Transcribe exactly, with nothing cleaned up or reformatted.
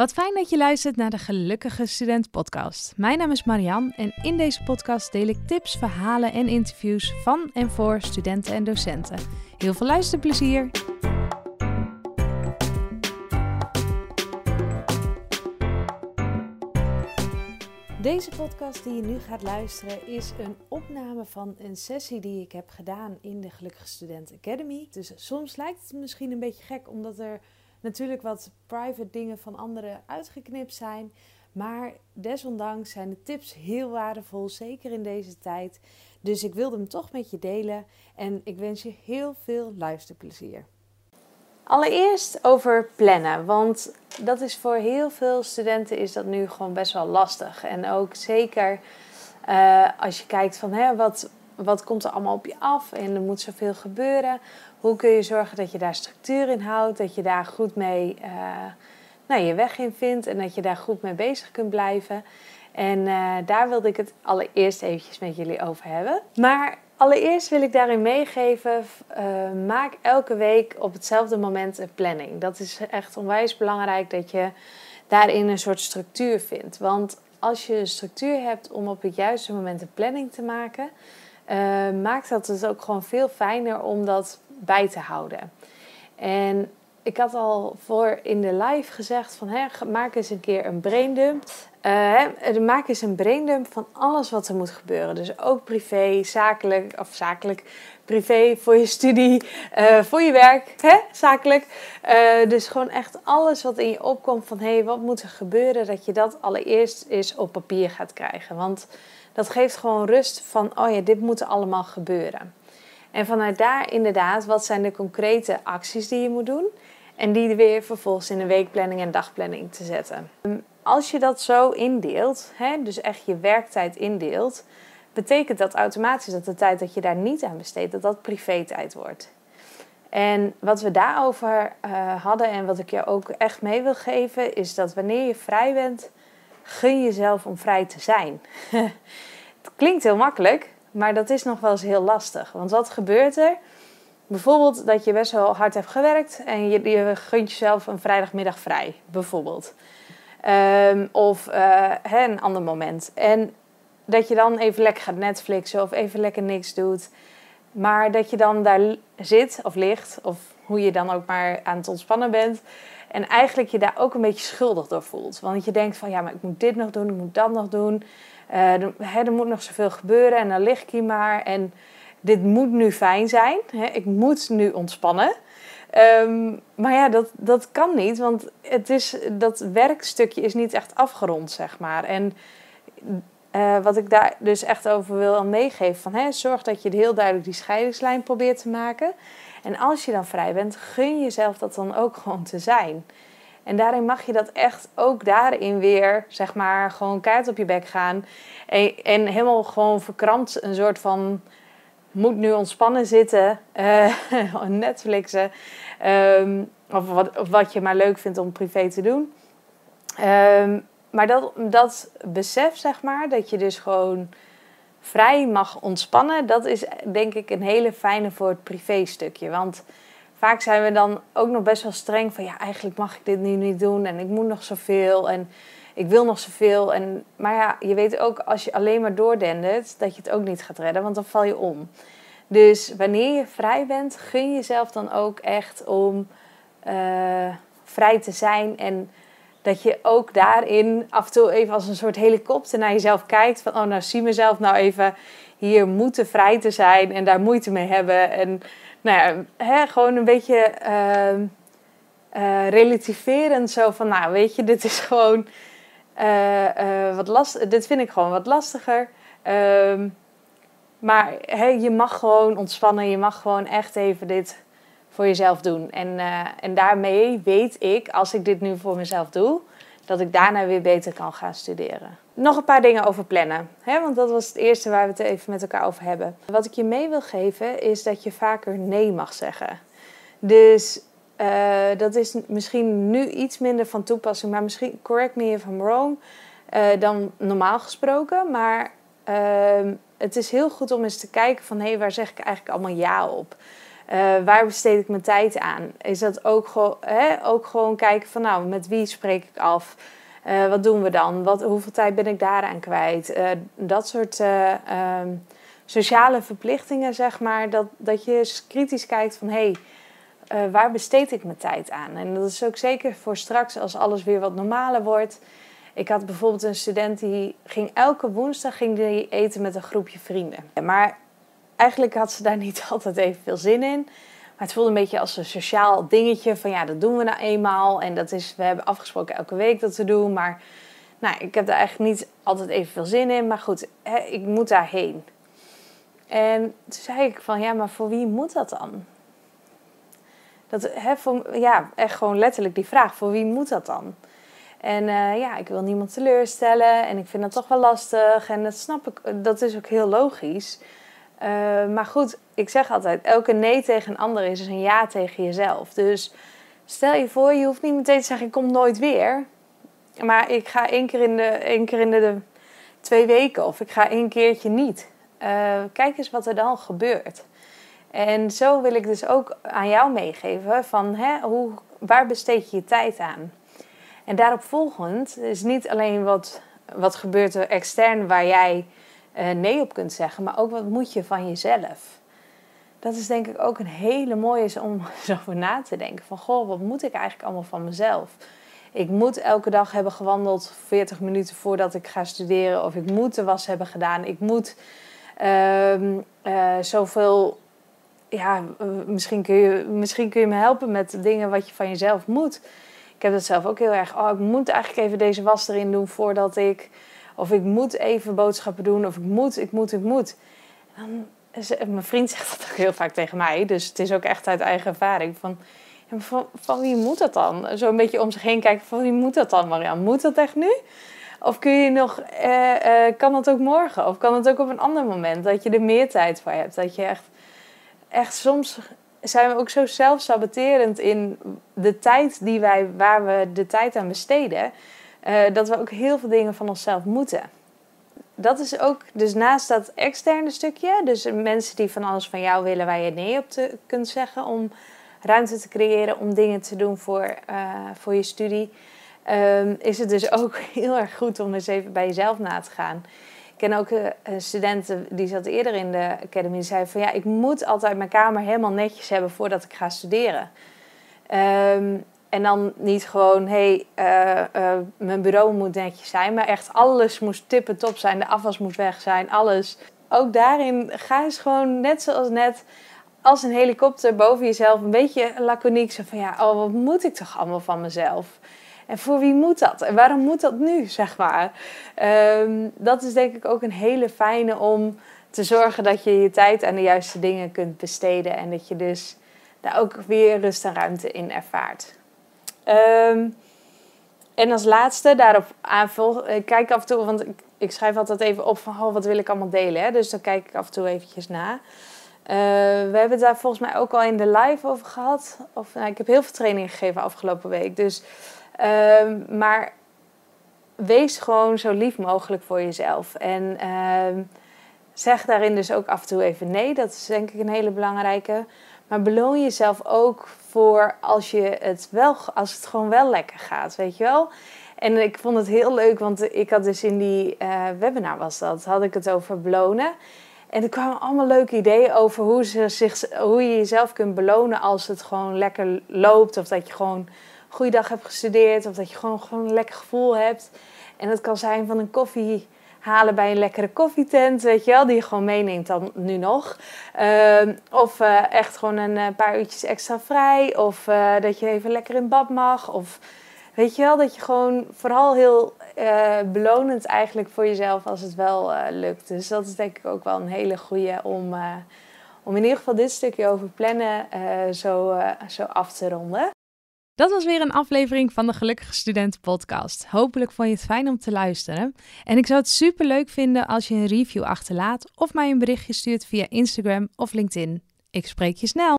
Wat fijn dat je luistert naar de Gelukkige Student podcast. Mijn naam is Marianne en in deze podcast deel ik tips, verhalen en interviews van en voor studenten en docenten. Heel veel luisterplezier! Deze podcast die je nu gaat luisteren is een opname van een sessie die ik heb gedaan in de Gelukkige Student Academy. Dus soms lijkt het misschien een beetje gek omdat er natuurlijk wat private dingen van anderen uitgeknipt zijn. Maar desondanks zijn de tips heel waardevol, zeker in deze tijd. Dus ik wilde hem toch met je delen en ik wens je heel veel luisterplezier. Allereerst over plannen, want dat is voor heel veel studenten is dat nu gewoon best wel lastig. En ook zeker uh, als je kijkt van hè, wat, wat komt er allemaal op je af en er moet zoveel gebeuren. Hoe kun je zorgen dat je daar structuur in houdt, dat je daar goed mee uh, nou, je weg in vindt en dat je daar goed mee bezig kunt blijven. En uh, daar wilde ik het allereerst eventjes met jullie over hebben. Maar allereerst wil ik daarin meegeven, uh, maak elke week op hetzelfde moment een planning. Dat is echt onwijs belangrijk dat je daarin een soort structuur vindt. Want als je een structuur hebt om op het juiste moment een planning te maken, uh, maakt dat het ook gewoon veel fijner om dat bij te houden. En ik had al voor in de live gezegd van hè, maak eens een keer een braindump. Uh, maak eens een braindump van alles wat er moet gebeuren. Dus ook privé, zakelijk, of zakelijk, privé, voor je studie, uh, voor je werk, hè? Zakelijk. Uh, dus gewoon echt alles wat in je opkomt van hé, hey, wat moet er gebeuren? Dat je dat allereerst eens op papier gaat krijgen. Want dat geeft gewoon rust van, oh ja, dit moet allemaal gebeuren. En vanuit daar inderdaad, wat zijn de concrete acties die je moet doen? En die weer vervolgens in een weekplanning en dagplanning te zetten. Als je dat zo indeelt, hè, dus echt je werktijd indeelt, betekent dat automatisch dat de tijd dat je daar niet aan besteedt, dat dat privé-tijd wordt. En wat we daarover uh, hadden en wat ik je ook echt mee wil geven, is dat wanneer je vrij bent, gun jezelf om vrij te zijn. Het klinkt heel makkelijk, maar dat is nog wel eens heel lastig. Want wat gebeurt er? Bijvoorbeeld dat je best wel hard hebt gewerkt en je, je gunt jezelf een vrijdagmiddag vrij, bijvoorbeeld. Um, of uh, hè, een ander moment. En dat je dan even lekker gaat Netflixen of even lekker niks doet. Maar dat je dan daar zit of ligt, of hoe je dan ook maar aan het ontspannen bent. En eigenlijk je daar ook een beetje schuldig door voelt. Want je denkt van ja, maar ik moet dit nog doen, ik moet dat nog doen. Uh, er, hè, er moet nog zoveel gebeuren en dan lig ik hier maar. En dit moet nu fijn zijn. Hè? Ik moet nu ontspannen. Um, maar ja, dat, dat kan niet. Want het is, dat werkstukje is niet echt afgerond, zeg maar. En uh, wat ik daar dus echt over wil meegeven. Van, hè, zorg dat je heel duidelijk die scheidingslijn probeert te maken. En als je dan vrij bent, gun jezelf dat dan ook gewoon te zijn. En daarin mag je dat echt ook daarin weer, zeg maar, gewoon keihard op je bek gaan. En, en helemaal gewoon verkrampt een soort van moet nu ontspannen zitten, uh, Netflixen, um, of, wat, of wat je maar leuk vindt om privé te doen. Um, maar dat, dat besef, zeg maar, dat je dus gewoon vrij mag ontspannen, dat is denk ik een hele fijne voor het privéstukje. Want vaak zijn we dan ook nog best wel streng van ja, eigenlijk mag ik dit nu niet doen en ik moet nog zoveel en ik wil nog zoveel. En, maar ja, je weet ook als je alleen maar doordendert dat je het ook niet gaat redden, want dan val je om. Dus wanneer je vrij bent, gun jezelf dan ook echt om uh, vrij te zijn. En dat je ook daarin af en toe even als een soort helikopter naar jezelf kijkt. Van oh, nou zie mezelf nou even hier moeten vrij te zijn en daar moeite mee hebben. En nou ja, hè, gewoon een beetje uh, uh, relativerend zo van nou weet je, dit is gewoon uh, uh, wat last, dit vind ik gewoon wat lastiger. Uh, maar hey, je mag gewoon ontspannen, je mag gewoon echt even dit voor jezelf doen. En, uh, en daarmee weet ik, als ik dit nu voor mezelf doe, dat ik daarna weer beter kan gaan studeren. Nog een paar dingen over plannen, hè? Want dat was het eerste waar we het even met elkaar over hebben. Wat ik je mee wil geven is dat je vaker nee mag zeggen. Dus uh, dat is misschien nu iets minder van toepassing, maar misschien, correct me if I'm wrong, uh, dan normaal gesproken. Maar uh, het is heel goed om eens te kijken van, hé, hey, waar zeg ik eigenlijk allemaal ja op? Uh, waar besteed ik mijn tijd aan? Is dat ook, gewoon, hè, ook gewoon kijken van nou, met wie spreek ik af? Uh, wat doen we dan? Wat, hoeveel tijd ben ik daaraan kwijt? Uh, dat soort uh, um, sociale verplichtingen, zeg maar. Dat, dat je eens kritisch kijkt van hé, hey, uh, waar besteed ik mijn tijd aan? En dat is ook zeker voor straks als alles weer wat normaler wordt. Ik had bijvoorbeeld een student die ging elke woensdag ging die eten met een groepje vrienden. Maar eigenlijk had ze daar niet altijd even veel zin in. Maar het voelde een beetje als een sociaal dingetje. Van ja, dat doen we nou eenmaal. En dat is, we hebben afgesproken elke week dat te doen. Maar nou, ik heb daar eigenlijk niet altijd even veel zin in. Maar goed, hè, ik moet daarheen. En toen zei ik van ja, maar voor wie moet dat dan? Dat, hè, voor, ja, echt gewoon letterlijk die vraag. Voor wie moet dat dan? En uh, ja, ik wil niemand teleurstellen. En ik vind dat toch wel lastig. En dat snap ik, dat is ook heel logisch. Uh, maar goed, ik zeg altijd, elke nee tegen een ander is een ja tegen jezelf. Dus stel je voor, je hoeft niet meteen te zeggen, ik kom nooit weer. Maar ik ga één keer in de, één keer in de, de twee weken of ik ga één keertje niet. Uh, kijk eens wat er dan gebeurt. En zo wil ik dus ook aan jou meegeven van hè, hoe, waar besteed je je tijd aan? En daarop volgend is niet alleen wat, wat gebeurt er extern waar jij uh, nee op kunt zeggen, maar ook wat moet je van jezelf. Dat is denk ik ook een hele mooie om eens over na te denken. Van goh, wat moet ik eigenlijk allemaal van mezelf? Ik moet elke dag hebben gewandeld veertig minuten voordat ik ga studeren. Of ik moet de was hebben gedaan. Ik moet uh, uh, zoveel... Ja, uh, misschien, kun je, misschien kun je me helpen met dingen wat je van jezelf moet. Ik heb dat zelf ook heel erg. Oh, ik moet eigenlijk even deze was erin doen voordat ik... Of ik moet even boodschappen doen. Of ik moet, ik moet, ik moet. En dan, mijn vriend zegt dat ook heel vaak tegen mij. Dus het is ook echt uit eigen ervaring. Van, ja, maar van, van wie moet dat dan? Zo een beetje om zich heen kijken. Van wie moet dat dan, Marianne? Moet dat echt nu? Of kun je nog... Uh, uh, kan dat ook morgen? Of kan het ook op een ander moment? Dat je er meer tijd voor hebt. Dat je echt... Echt soms... zijn we ook zo zelfsaboterend in de tijd die wij, waar we de tijd aan besteden, uh, dat we ook heel veel dingen van onszelf moeten. Dat is ook, dus naast dat externe stukje, dus mensen die van alles van jou willen waar je nee op te, kunt zeggen, om ruimte te creëren, om dingen te doen voor, uh, voor je studie, um, is het dus ook heel erg goed om eens even bij jezelf na te gaan. Ik ken ook een student die zat eerder in de academy. Die zei van ja, ik moet altijd mijn kamer helemaal netjes hebben voordat ik ga studeren. Um, en dan niet gewoon, hé, hey, uh, uh, mijn bureau moet netjes zijn. Maar echt alles moest tippetop zijn. De afwas moet weg zijn, alles. Ook daarin ga eens gewoon net zoals net als een helikopter boven jezelf. Een beetje laconiek. Zo van ja, oh, wat moet ik toch allemaal van mezelf? En voor wie moet dat? En waarom moet dat nu, zeg maar? Um, dat is denk ik ook een hele fijne om te zorgen dat je je tijd aan de juiste dingen kunt besteden. En dat je dus daar ook weer rust en ruimte in ervaart. Um, en als laatste, daarop aanvul, ik kijk af en toe, want ik, ik schrijf altijd even op van oh, wat wil ik allemaal delen. Hè? Dus dan kijk ik af en toe eventjes na. Uh, we hebben het daar volgens mij ook al in de live over gehad. Of, nou, ik heb heel veel trainingen gegeven afgelopen week. Dus... Uh, maar wees gewoon zo lief mogelijk voor jezelf. En uh, zeg daarin dus ook af en toe even nee. Dat is denk ik een hele belangrijke. Maar beloon jezelf ook voor als, je het, wel, als het gewoon wel lekker gaat. Weet je wel? En ik vond het heel leuk. Want ik had dus in die uh, webinar was dat. Had ik het over belonen. En er kwamen allemaal leuke ideeën over hoe, ze zich, hoe je jezelf kunt belonen als het gewoon lekker loopt. Of dat je gewoon... goede dag hebt gestudeerd of dat je gewoon, gewoon een lekker gevoel hebt. En dat kan zijn van een koffie halen bij een lekkere koffietent, weet je wel, die je gewoon meeneemt dan nu nog. Uh, of uh, echt gewoon een uh, paar uurtjes extra vrij. Of uh, dat je even lekker in bad mag. Of weet je wel, dat je gewoon vooral heel uh, belonend eigenlijk voor jezelf als het wel uh, lukt. Dus dat is denk ik ook wel een hele goede om, uh, om in ieder geval dit stukje over plannen uh, zo, uh, zo af te ronden. Dat was weer een aflevering van de Gelukkige Studenten podcast. Hopelijk vond je het fijn om te luisteren. En ik zou het super leuk vinden als je een review achterlaat of mij een berichtje stuurt via Instagram of LinkedIn. Ik spreek je snel!